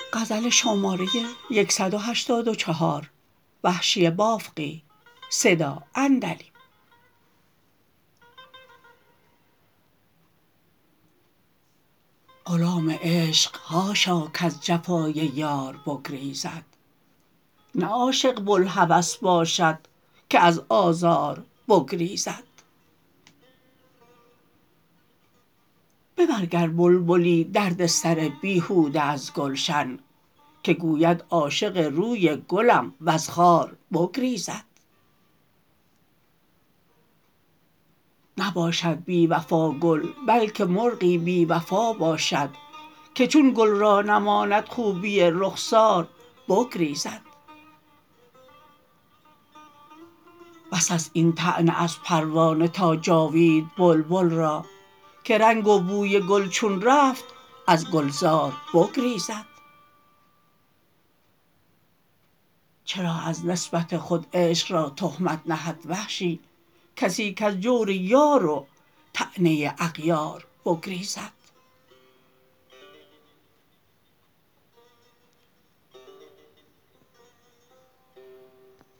غلام عشق حاشا کز جفای یار بگریزد، نه عاشق بوالهوس باشد که از آزار بگریزد. ببر گر بلبلی دردسر بیهوده از گلشن، که گوید عاشق روی گلم وز خار بگریزد. نباشد بی وفا گل بلکه مرغی بی وفا باشد، که چون گل را نماند خوبی رخسار بگریزد. بس است این طعنه از پروانه تا جاوید بلبل را، که رنگ و بوی گل چون رفت از گلزار بگریزد. چرا از نسبت خود عشق را تهمت نهد وحشی کسی کز جور یار و طعنه اغیار بگریزد.